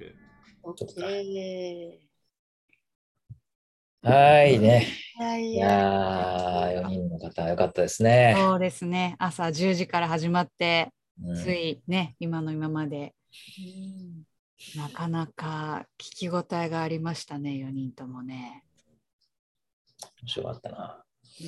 OK。 そっか。 はいね。いいやー、4人の方、よかったですね。 そうですね。朝10時から始まって、 うんついね、今の今まで、なかなか聞き応えがありましたね、4人ともね。 面白かったな。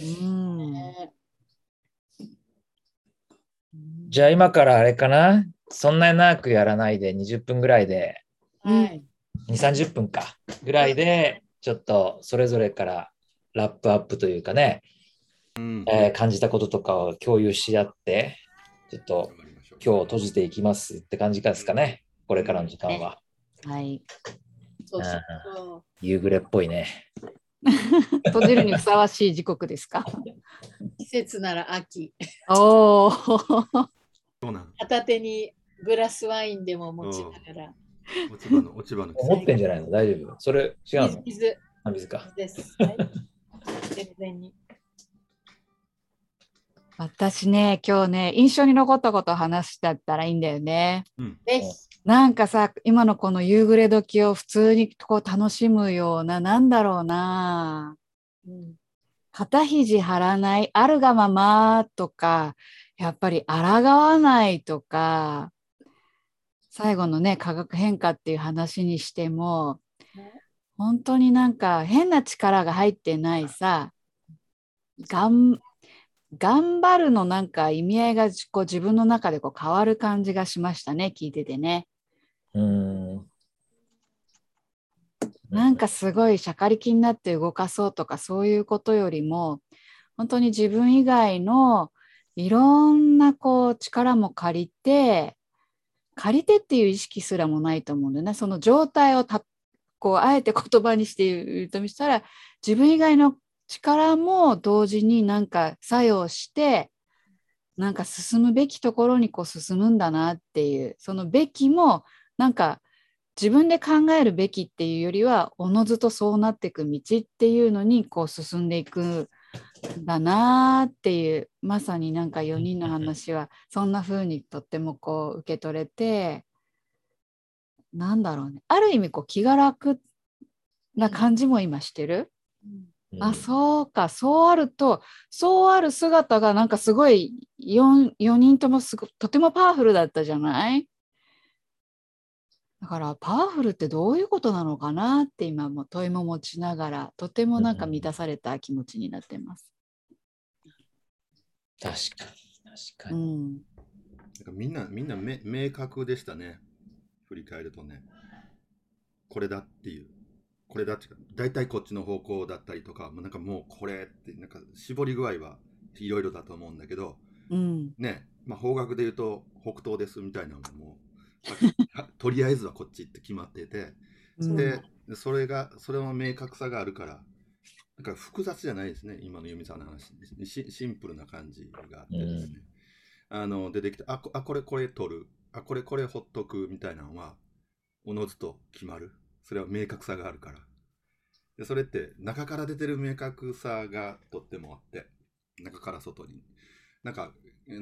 じゃあ今からあれかな、そんなに長くやらないで20分ぐらいで、 はい。 2、30分かぐらいで、ちょっとそれぞれからラップアップというかね、感じたこととかを共有し合って、ちょっと今日閉じていきますって感じですかね、これからの時間は。 はい。 そうそう夕暮れっぽいね。 閉じるにふさわしい時刻ですか？ 季節なら秋。 おお。 片手にグラスワインでも持ちながら。 落ち葉の持ってんじゃないの？大丈夫？それ違うの？ 水。 水か。 です。はい、全然に。 私ね、今日ね、印象に残ったことを話したったらいいんだよね。なんかさ、今のこの夕暮れ時を普通にこう楽しむような、なんだろうな、肩肘張らない、あるがままとか、やっぱり抗わないとか、最後のね、化学変化っていう話にしても、本当になんか変な力が入ってないさ、頑張るのなんか意味合いがこう自分の中でこう変わる感じがしましたね、聞いててね。なんかすごいしゃかりきになって動かそうとかそういうことよりも、本当に自分以外のいろんなこう力も借りてっていう意識すらもないと思うんだよね。その状態をこうあえて言葉にして言うとしたら、自分以外の力も同時になんか作用して、なんか進むべきところにこう進むんだなっていう、そのべきもなんか自分で考えるべきっていうよりは、おのずとそうなっていく道っていうのにこう進んでいくんだなっていう、まさになんか4人の話はそんな風にとってもこう受け取れて、なんだろうね、ある意味こう気が楽な感じも今してる。あ、そうか、そうあると、そうある姿がなんかすごい 4人ともとてもパワフルだったじゃない？だからパワフルってどういうことなのかなって今も問いも持ちながら、とてもなんか満たされた気持ちになってます。 確かに。 みんな明確でしたね。振り返るとね。これだっていう。これだっていうか、大体こっちの方向だったりとか、なんかもうこれって、なんか絞り具合はいろいろだと思うんだけど、ね、まあ方角で言うと北東ですみたいなのもとりあえずはこっちって決まってて、で、それの明確さがあるから、なんか複雑じゃないですね、今の由美さんの話。シンプルな感じがあってですね。出てきて、これ取る。これほっとくみたいなのは、おのずと決まる。それは明確さがあるから。で、それって中から出てる明確さがとってもあって、中から外に。なんか、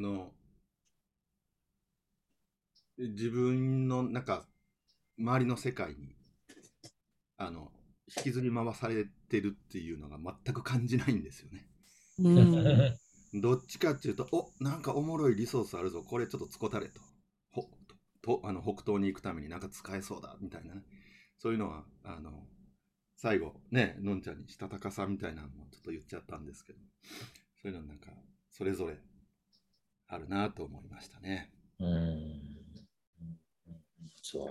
自分のなんか、周りの世界に、引きずり回されてるっていうのが全く感じないんですよね。どっちかっていうと、なんかおもろいリソースあるぞ、これちょっと使たれと。北東に行くためになんか使えそうだ、みたいなね。そういうのは、最後、ね、のんちゃんにしたたかさみたいなのもちょっと言っちゃったんですけど、そういうのなんか、それぞれあるなと思いましたね。 そう。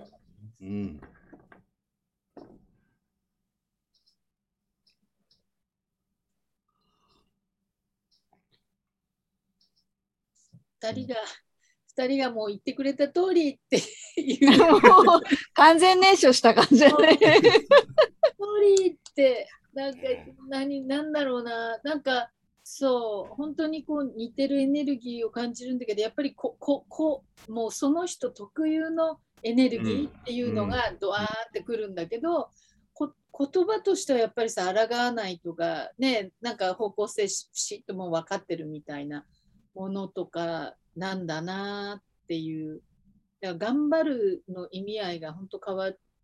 2人がもう言ってくれた通りっていう完全燃焼した感じだね。 通りってなんかなんだろうな、なんかそう本当にこう似てるエネルギーを感じるんだけど、やっぱりもうその人特有のエネルギーっていうのがドワーってくるんだけど、言葉としてはやっぱりさ、抗わないとかね、なんか方向性ピシッともう分かってるみたいなものとかなんだなっていう、だから頑張るの意味合いが本当変わっ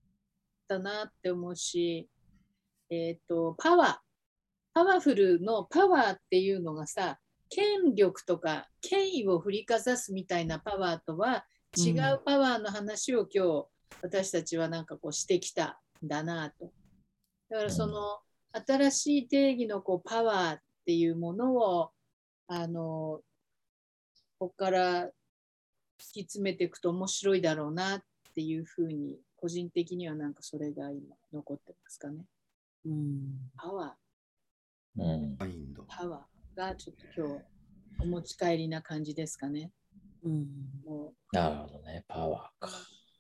ったなって思うし、パワフルのパワーっていうのがさ、権力とか権威を振りかざすみたいなパワーとは違うパワーの話を今日私たちはなんかこうしてきたんだなと。だからその新しい定義のこうパワーっていうものをここから突き詰めていくと面白いだろうなっていうふうに個人的にはなんかそれが今残ってますかね。パワー、パワーがちょっと今日お持ち帰りな感じですかね。 もうなるほどね、パワーか。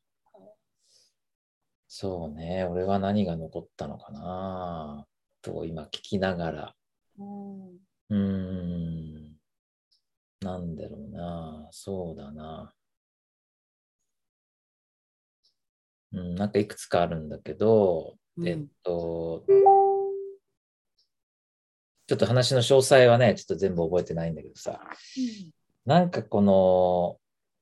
そうね、俺は何が残ったのかなと今聞きながら。なんだろうな、そうだな。なんかいくつかあるんだけど、ちょっと話の詳細はね、ちょっと全部覚えてないんだけどさ、なんかこの、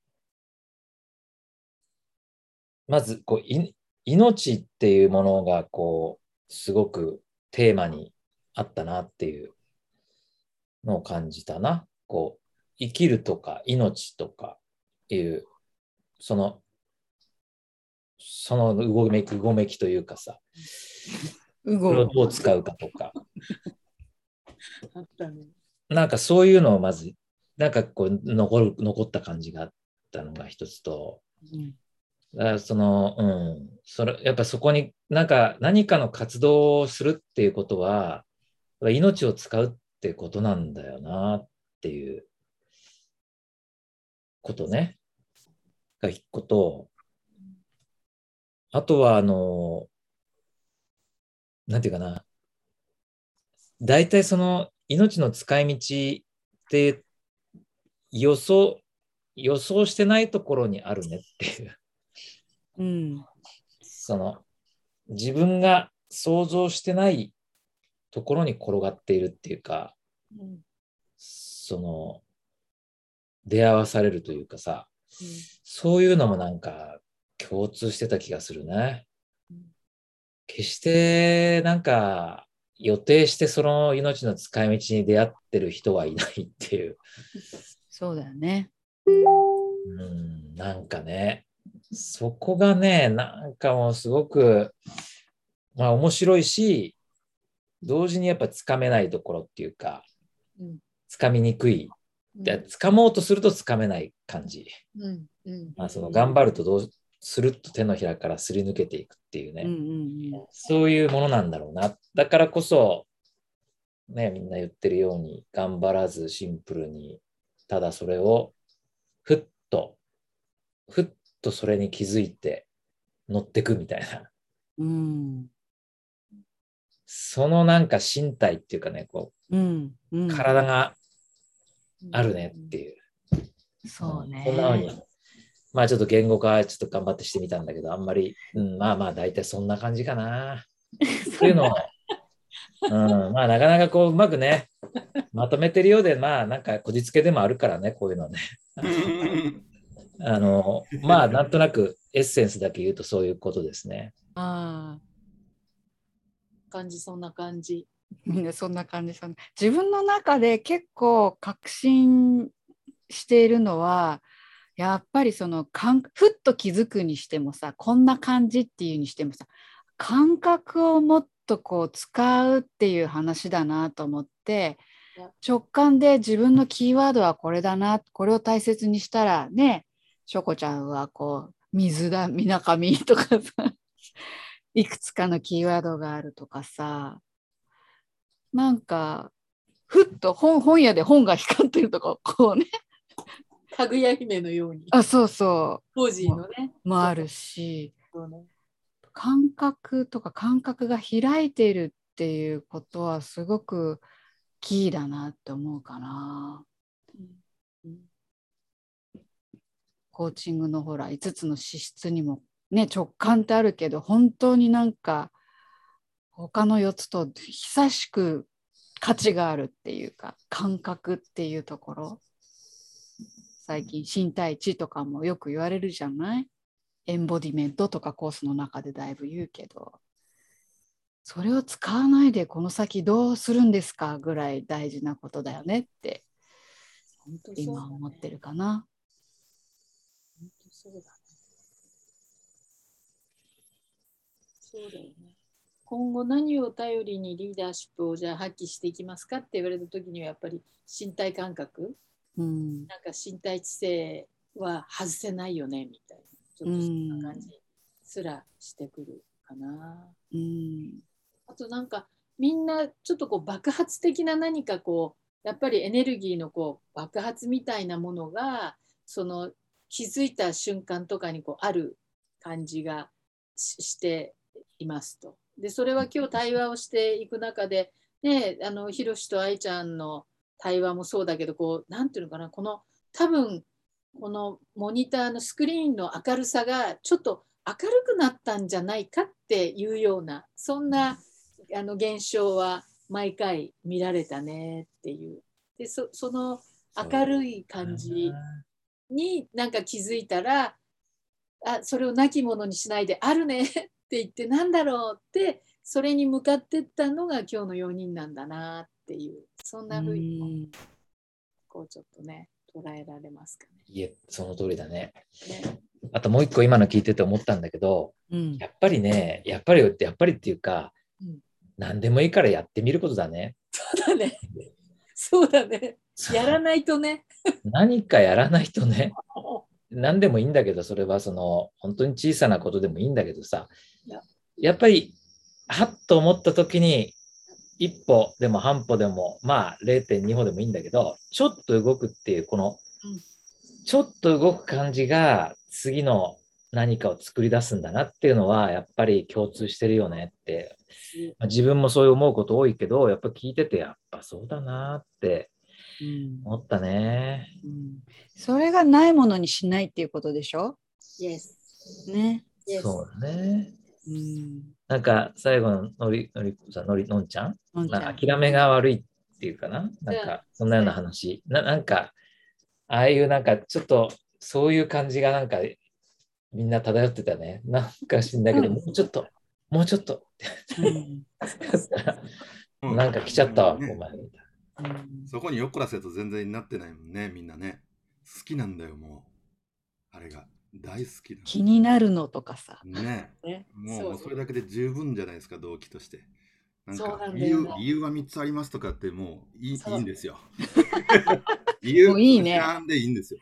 まずこう命っていうものがこう、すごくテーマにあったなっていうのを感じたな。こう、生きるとか命とかいう、そのうごめきというかさ、それをどう使うかとか。 あったね。 なんかそういうのをまず、なんかこう残った感じがあったのが一つと、やっぱそこになんか何かの活動をするっていうことは、命を使うってことなんだよなっていうことね。が一個と、あとはなんていうかな、大体その命の使い道って予想してないところにあるねっていう。その自分が想像してないところに転がっているっていうか、その出会わされるというかさ、そういうのもなんか共通してた気がするね。決してなんか予定してその命の使い道に出会ってる人はいないっていう。 そうだよね。 なんかね、そこがね、なんかもうすごく、まあ面白いし、同時にやっぱつかめないところっていうか、つかみにくい。つかもうとするとつかめない感じ。まあその頑張るとスルッと手のひらからすり抜けていくっていうね、そういうものなんだろうな。だからこそ、ね、みんな言ってるように、頑張らずシンプルに、ただそれをふっとそれに気づいて乗ってくみたいな。そのなんか身体っていうかね、こう、体があるねっていう。 そうね。 そんな風に、まあちょっと言語化ちょっと頑張ってしてみたんだけど、あんまり、まあまあ大体そんな感じかな。っていうのを、まあなかなかこううまくね、まとめてるようで、まあなんかこじつけでもあるからね、こういうのね。まあなんとなくエッセンスだけ言うとそういうことですね。 そんな感じ。 みんなそんな感じ。自分の中で結構確信しているのは、やっぱりそのふっと気づくにしてもさ、こんな感じっていうにしてもさ、感覚をもっとこう使うっていう話だなと思って、直感で自分のキーワードはこれだな、これを大切にしたらね、しょこちゃんはこう水だ、みなかみとかさいくつかのキーワードがあるとかさ、なんかふっと本屋で本が光ってるとか、こうね、 かぐや姫のように。 そうそう。 当時のね。 もあるし、感覚とか感覚が開いているっていうことはすごくキーだなって思うかな。コーチングのほら5つの資質にもね、直感ってあるけど、本当になんか他の4つと久しく価値があるっていうか、感覚っていうところ、最近身体値とかもよく言われるじゃない。 エンボディメントとかコースの中でだいぶ言うけど、それを使わないでこの先どうするんですかぐらい大事なことだよねって本当そうだね。 今思ってるかな。 本当そうだね。そうだよね。今後何を頼りにリーダーシップをじゃあ発揮していきますかって言われた時にはやっぱり身体感覚、 うんなんか身体知性は外せないよねみたいな、ちょっとそんな感じすらしてくるかな。 うんあとなんかみんなちょっとこう爆発的な何かこうやっぱりエネルギーのこう爆発みたいなものがその気づいた瞬間とかにこうある感じがしていますと。でそれは今日対話をしていく中で、ね、ひろしと愛ちゃんの対話もそうだけどこうなんていうのかな、この多分このモニターのスクリーンの明るさがちょっと明るくなったんじゃないかっていうようなそんな現象は毎回見られたねっていう。でその明るい感じになんか気づいたら、それを亡き者にしないであるねって言ってなんだろうってそれに向かってったのが今日の4人なんだなっていう、そんな風にこうちょっとね捉えられますかね。 いえ、その通りだね。 ね、 あともう一個今の聞いてて思ったんだけど、やっぱりね、やっぱりっていうか、何でもいいからやってみることだね。 そうだね。そうだね。やらないとね。 何かやらないとね。何でもいいんだけど、それはその本当に小さなことでもいいんだけどさ、やっぱりはっと思った時に一歩でも半歩でもまあ 0.2 歩でもいいんだけど、ちょっと動くっていうこのちょっと動く感じが次の何かを作り出すんだなっていうのはやっぱり共通してるよねって、自分もそう思うこと多いけど、やっぱ聞いててやっぱそうだなって思ったね。 それがないものにしないっていうことでしょ。 Yes。 ね。 そうだね。 うんなんか最後ののんちゃん、諦めが悪いっていうかな、なんかそんなような話、なんかああいうなんかちょっとそういう感じがなんかみんな漂ってたね。なんか知んだけど、もうちょっと、もうちょっと。なんか来ちゃったわ、お前。 そこによっこらせと全然なってないもんね、みんなね。好きなんだよ、もう。あれが。大好きだ。 気になるのとかさ。 ね。もうそれだけで十分じゃないですか、動機として。なんか理由は3つありますとかってもういいんですよ。理由いいね。 知らんでいいんですよ。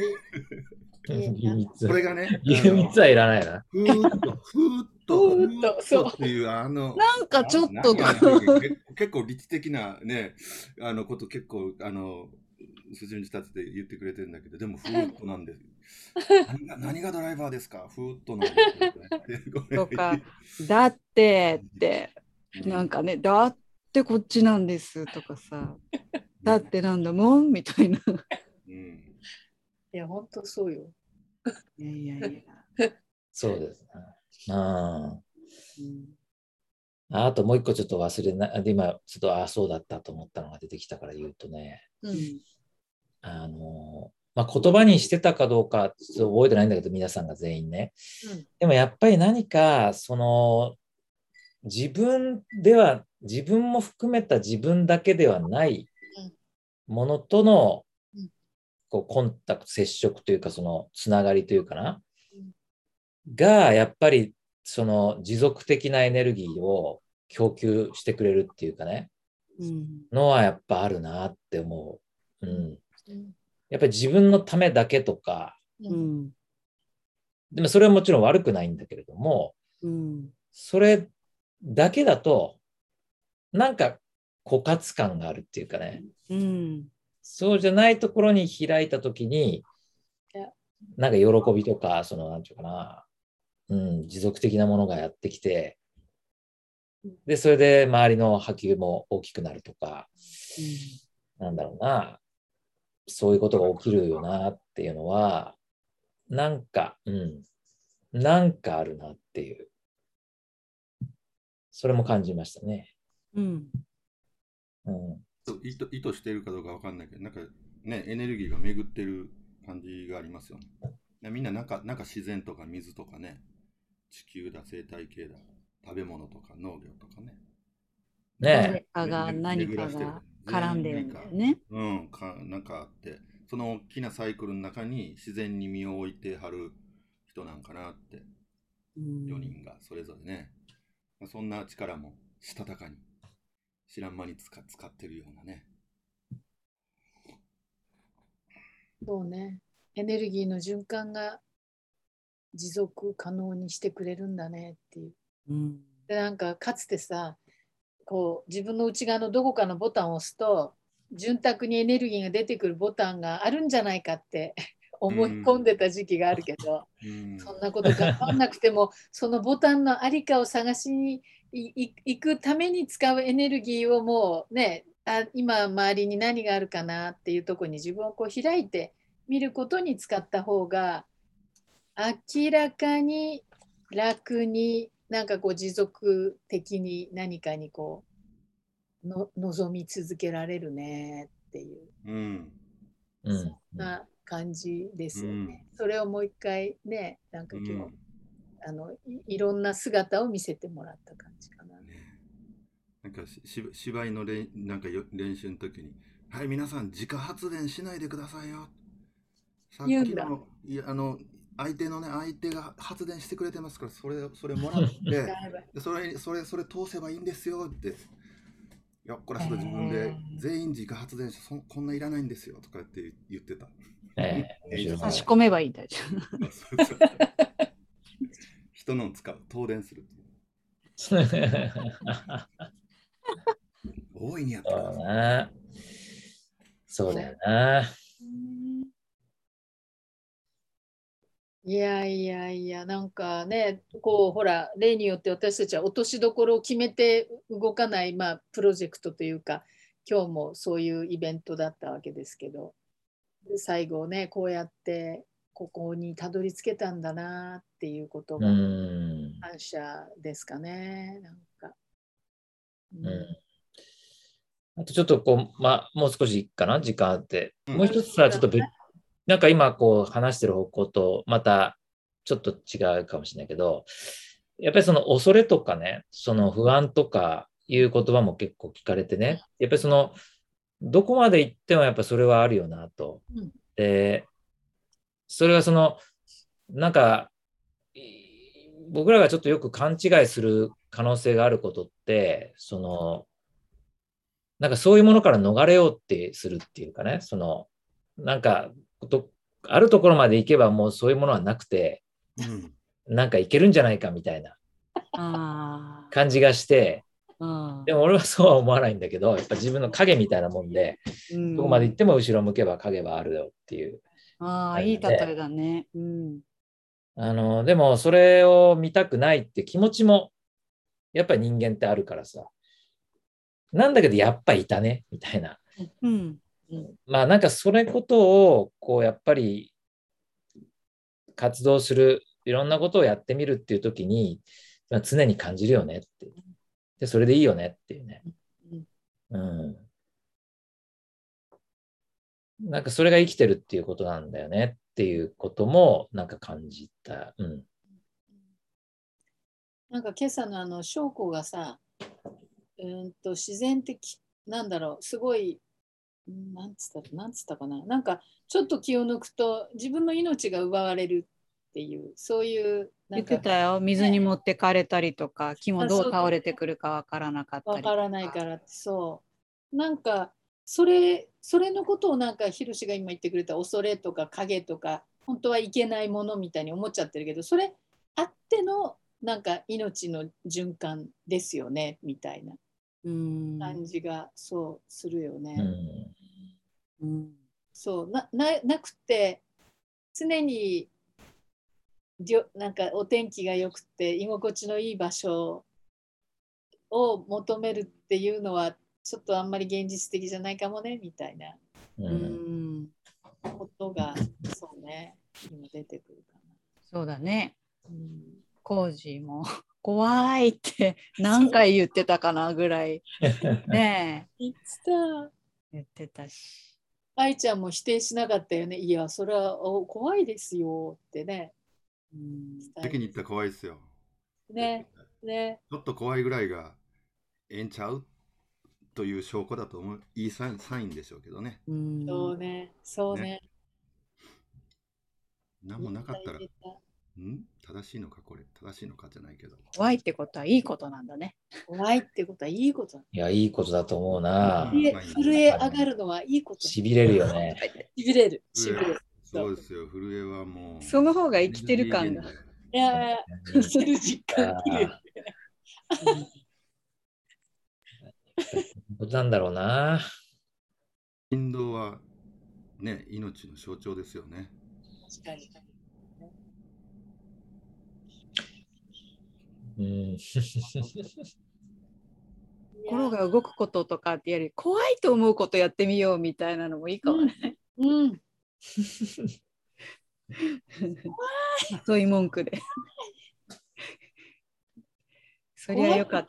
これがね、 理由3つはいらないな。 ふーっとっていうなんかちょっと結構理知的なねこと結構筋道立てて言ってくれてるんだけど、でもふーっとなんです。何がドライバーですか？ふーっとなんですよね。 とかだってってなんかね、だってこっちなんですとかさ、だってなんだもんみたいな。 いや本当そうよ。 いやそうですね。あともう一個ちょっと忘れないで、今ちょっとそうだったと思ったのが出てきたから言うとね、言葉にしてたかどうかちょっと覚えてないんだけど、皆さんが全員ね、でもやっぱり何かその自分も含めた自分だけではないものとのこうコンタクト、接触というかそのつながりというかな、がやっぱりその持続的なエネルギーを供給してくれるっていうかね、のはやっぱあるなって思う。やっぱり自分のためだけとか、でもそれはもちろん悪くないんだけれども、それだけだとなんか枯渇感があるっていうかね、そうじゃないところに開いたときになんか喜びとかそのなんていうかな、持続的なものがやってきて、でそれで周りの波及も大きくなるとか、なんだろうな、そういうことが起きるよなっていうのはなんかなんかあるなっていう、それも感じましたね。 意図しているかどうかわかんないけど、なんかね、エネルギーが巡ってる感じがありますよね。 みんななんか自然とか水とかね、地球だ、生態系だ、食べ物とか農業とかね、 ね誰かが何巡らしてる。 かが絡んでる全員んだよね。 なんかあって、その大きなサイクルの中に自然に身を置いてはる人なんかなって、4人がそれぞれね。そんな力もしたたかに、知らん間に使ってるようなね。 そうね。エネルギーの循環が持続可能にしてくれるんだねっていう。で、なんかかつてさ、こう自分の内側のどこかのボタンを押すと、潤沢にエネルギーが出てくるボタンがあるんじゃないかって思い込んでた時期があるけど、そんなこと頑張んなくても、そのボタンのありかを探しに行くために使うエネルギーをもうね、今周りに何があるかなっていうところに自分をこう開いて見ることに使った方が明らかに楽になんかこう持続的に何かにこう望み続けられるねっていう、そんな感じですよね。それをもう一回ね、なんか今日、いろんな姿を見せてもらった感じかな。 なんか芝居のなんか練習の時に、はい、皆さん自家発電しないでくださいよ。さっきの、相手が発電してくれてますから、それもらって、それ通せばいいんですよって。よっこらしと自分で全員自家発電所こんないらないんですよとかって言ってた。 差し込めばいいんだじゃん。 人の使う、東電する。大いにやってください。 そうだよな。 いやいやいや、なんかね、こうほら、例によって私たちは落としどころを決めて動かない、まあ、プロジェクトというか、今日もそういうイベントだったわけですけど、最後ね、こうやってここにたどり着けたんだなっていうことが感謝ですかね、なんか。 あとちょっともう少しかな、時間あって。もう一つさ、ちょっとなんか今こう話してる方向とまたちょっと違うかもしれないけど、やっぱりその恐れとかね、その不安とかいう言葉も結構聞かれてね、やっぱりそのどこまで行ってもやっぱそれはあるよなと。で、それがそのなんか僕らがちょっとよく勘違いする可能性があることって、そのなんかそういうものから逃れようってするっていうかね、そのなんかあるところまで行けばもうそういうものはなくて、なんかいけるんじゃないかみたいな感じがして、でも俺はそうは思わないんだけど、やっぱ自分の影みたいなもんで、どこまで行っても後ろ向けば影はあるよっていう。 いい例えだね。 でもそれを見たくないって気持ちもやっぱり人間ってあるからさ、なんだけどやっぱいたねみたいな。まあなんかそれことをこうやっぱり活動する、いろんなことをやってみるっていう時に、まあ、常に感じるよねって。で、それでいいよねっていうね。なんかそれが生きてるっていうことなんだよねっていうこともなんか感じた。 なんか今朝の翔子がさ、自然的なんだろう、すごいなんつったかな、なんかちょっと気を抜くと自分の命が奪われるっていう、そういう言ってたよ、水に持ってかれたりとか、木もどう倒れてくるかわからなかったりとか。 わからないからって、そうなんかそれのことをなんかヒロシが今言ってくれた恐れとか影とか本当はいけないものみたいに思っちゃってるけど、それあってのなんか命の循環ですよねみたいな感じがそうするよね。そうなくて常になんかお天気が良くて居心地のいい場所を求めるっていうのはちょっとあんまり現実的じゃないかもねみたいなことがそうね今出てくるかな。 そうだね。コージーも怖いって何回言ってたかなぐらいね言ってた言ってたし。 愛ちゃんも否定しなかったよね。いや、それは怖いですよってね。 時に言ったら怖いですよ。 ね。 ちょっと怖いぐらいがええんちゃうという証拠だと思う。いいサインでしょうけどね。 そうね。そうね。 何もなかったら、正しいのかこれ。正しいのかじゃないけど。 怖いってことはいいことなんだね。 怖いってことはいいこと。 いや、いいことだと思うな。 震え上がるのはいいこと。 しびれるよね。 しびれる。 そうですよ。震えはもう。 その方が生きてる感が。 いや、それ実感くるよ。 ことなんだろうな。 振動はね、命の象徴ですよね。 確かに。 心が動くこととかってやり、怖いと思うことやってみようみたいなのもいいかもね。そういう文句で。そりゃよかった。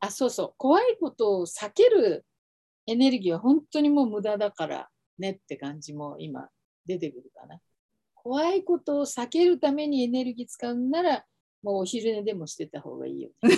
そうそう。怖いことを避けるエネルギーは本当にもう無駄だからねって感じも今出てくるかな。怖いことを避けるためにエネルギー使うなら、もうお昼寝でもしてた方がいいよ、ね。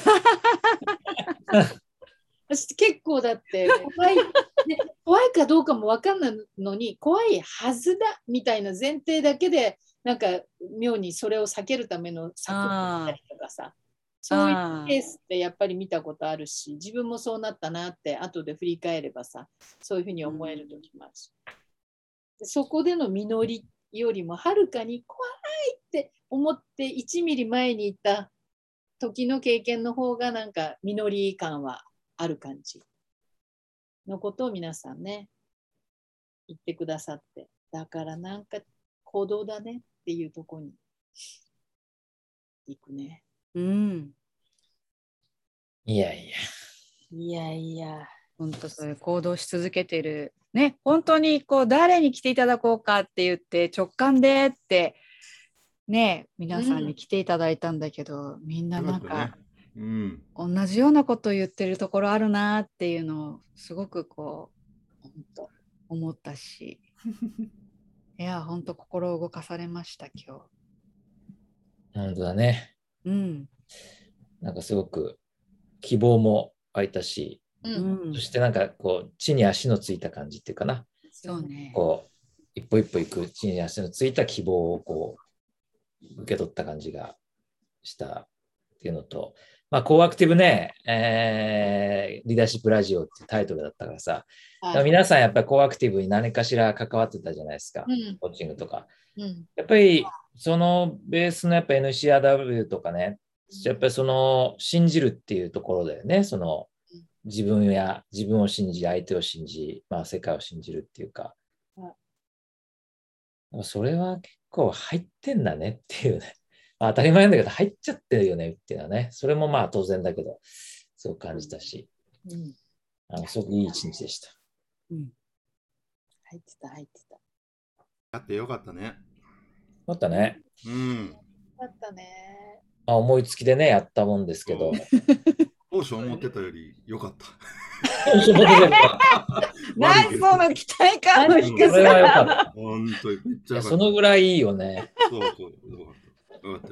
私結構だって怖いかどうかも分かんないのに、怖いはずだみたいな前提だけで、なんか妙にそれを避けるための策をしたりとかさ、そういうケースってやっぱり見たことあるし、自分もそうなったなって後で振り返ればさ、そういうふうに思える時もあるし、そこでの実りよりもはるかに怖いって思って1ミリ前にいた時の経験の方がなんか実り感はある感じのことを皆さんね言ってくださって、だからなんか行動だねっていうところに行くね。 いやいや本当それ行動し続けてるね。本当にこう誰に来ていただこうかって言って直感でってね、皆さんに来ていただいたんだけど、みんななんか、同じようなことを言ってるところあるなっていうのをすごくこう思ったしいや本当心を動かされました今日。 本当だね。なんかすごく希望も湧いたし、そしてなんかこう地に足のついた感じっていうかな。 そうね。 こう一歩一歩行く地に足のついた希望をこう受け取った感じがしたっていうのと、まあ、コーアクティブね、リーダーシップラジオっていうタイトルだったからさ、皆さんやっぱりコーアクティブに何かしら関わってたじゃないですか、コーチングとか。やっぱりそのベースのやっぱ NCRW とかね、やっぱりその信じるっていうところだよね、その自分を信じ、相手を信じ、まあ、世界を信じるっていうか、それは結構入ってんだねっていうね。当たり前なんだけど入っちゃってるよねっていうのはね、それもまあ当然だけど、そう感じたし、すごくいい一日でした。 入ってた。 やってよかったね。 よかったね。 よかったね。 思いつきでね、やったもんですけど。 当初思ってたよりよかった。 何その期待感の低さ。 それはよかった。 本当にめっちゃよかった。 そのぐらいいいよね。 そう、よかった。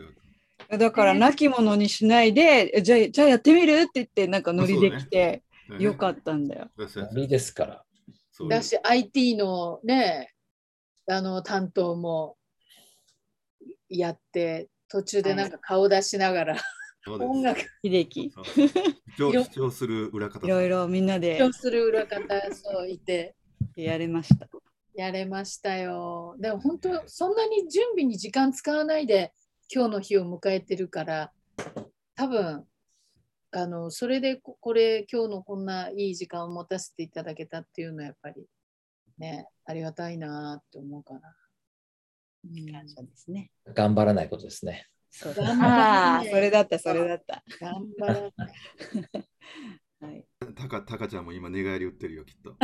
だから亡き者にしないで、じゃあやってみるって言ってなんかノリできてよかったんだよ。 ノリですから。 だし IT のね、担当もやって途中でなんか顔出しながら、音楽秀樹主張する裏方、 いろいろみんなで主張する裏方そういてやれました。 やれましたよ。でも本当そんなに準備に時間使わないで今日の日を迎えてるから、多分それで今日のこんないい時間を持たせていただけたっていうのはやっぱりね、ありがたいなって思うかな。 感謝ですね。 頑張らないことですね。 それだった。 頑張らない。 はい。 タカちゃんも今寝返り打ってるよきっと。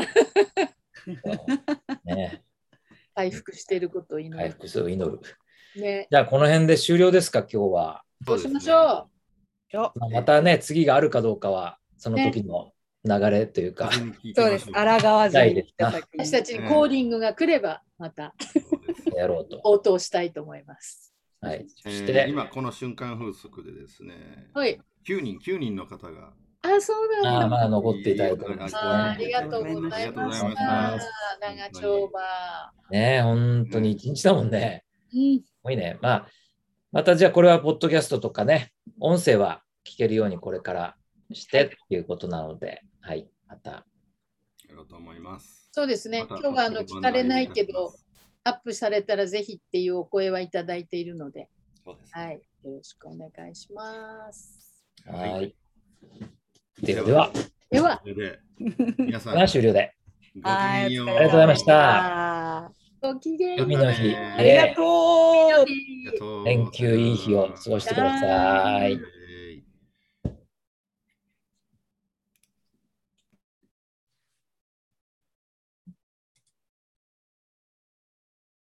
ね。 回復していることを祈る。 回復を祈る。 ね。 じゃあこの辺で終了ですか今日は。 そうしましょう。 またね次があるかどうかはその時の流れというか、 風に聞いてそうです。 ましょう。 抗わずに言った時私たちにコーディングが来れば、またそうですやろうと。 応答したいと思います。 はい。そして、 今この瞬間風速でですね、 はい。 9人の方があ、そうなんだ。 まあ残っていただいておりますあね。 りがとうございましありがとうございまたす。 長丁場。 ね、本当に一日だもんね。 うん。 すごいね。まあ、またじゃあこれはポッドキャストとかね、音声は聞けるようにこれからしてっていうことなので、はい、また。 やろうと思います。 そうですね。 また今日は聞かれないけど、アップされたらぜひっていうお声はいただいているので、 そうですね。 はい。よろしくお願いします。 はい。ではでは、 では、 それで皆さん、 これは終了で。 ごきげんよう。 ありがとうございましたた。 ごきげんよう。 海の日、 ありがとう。 ありがとう連休いい日を過ごしてください。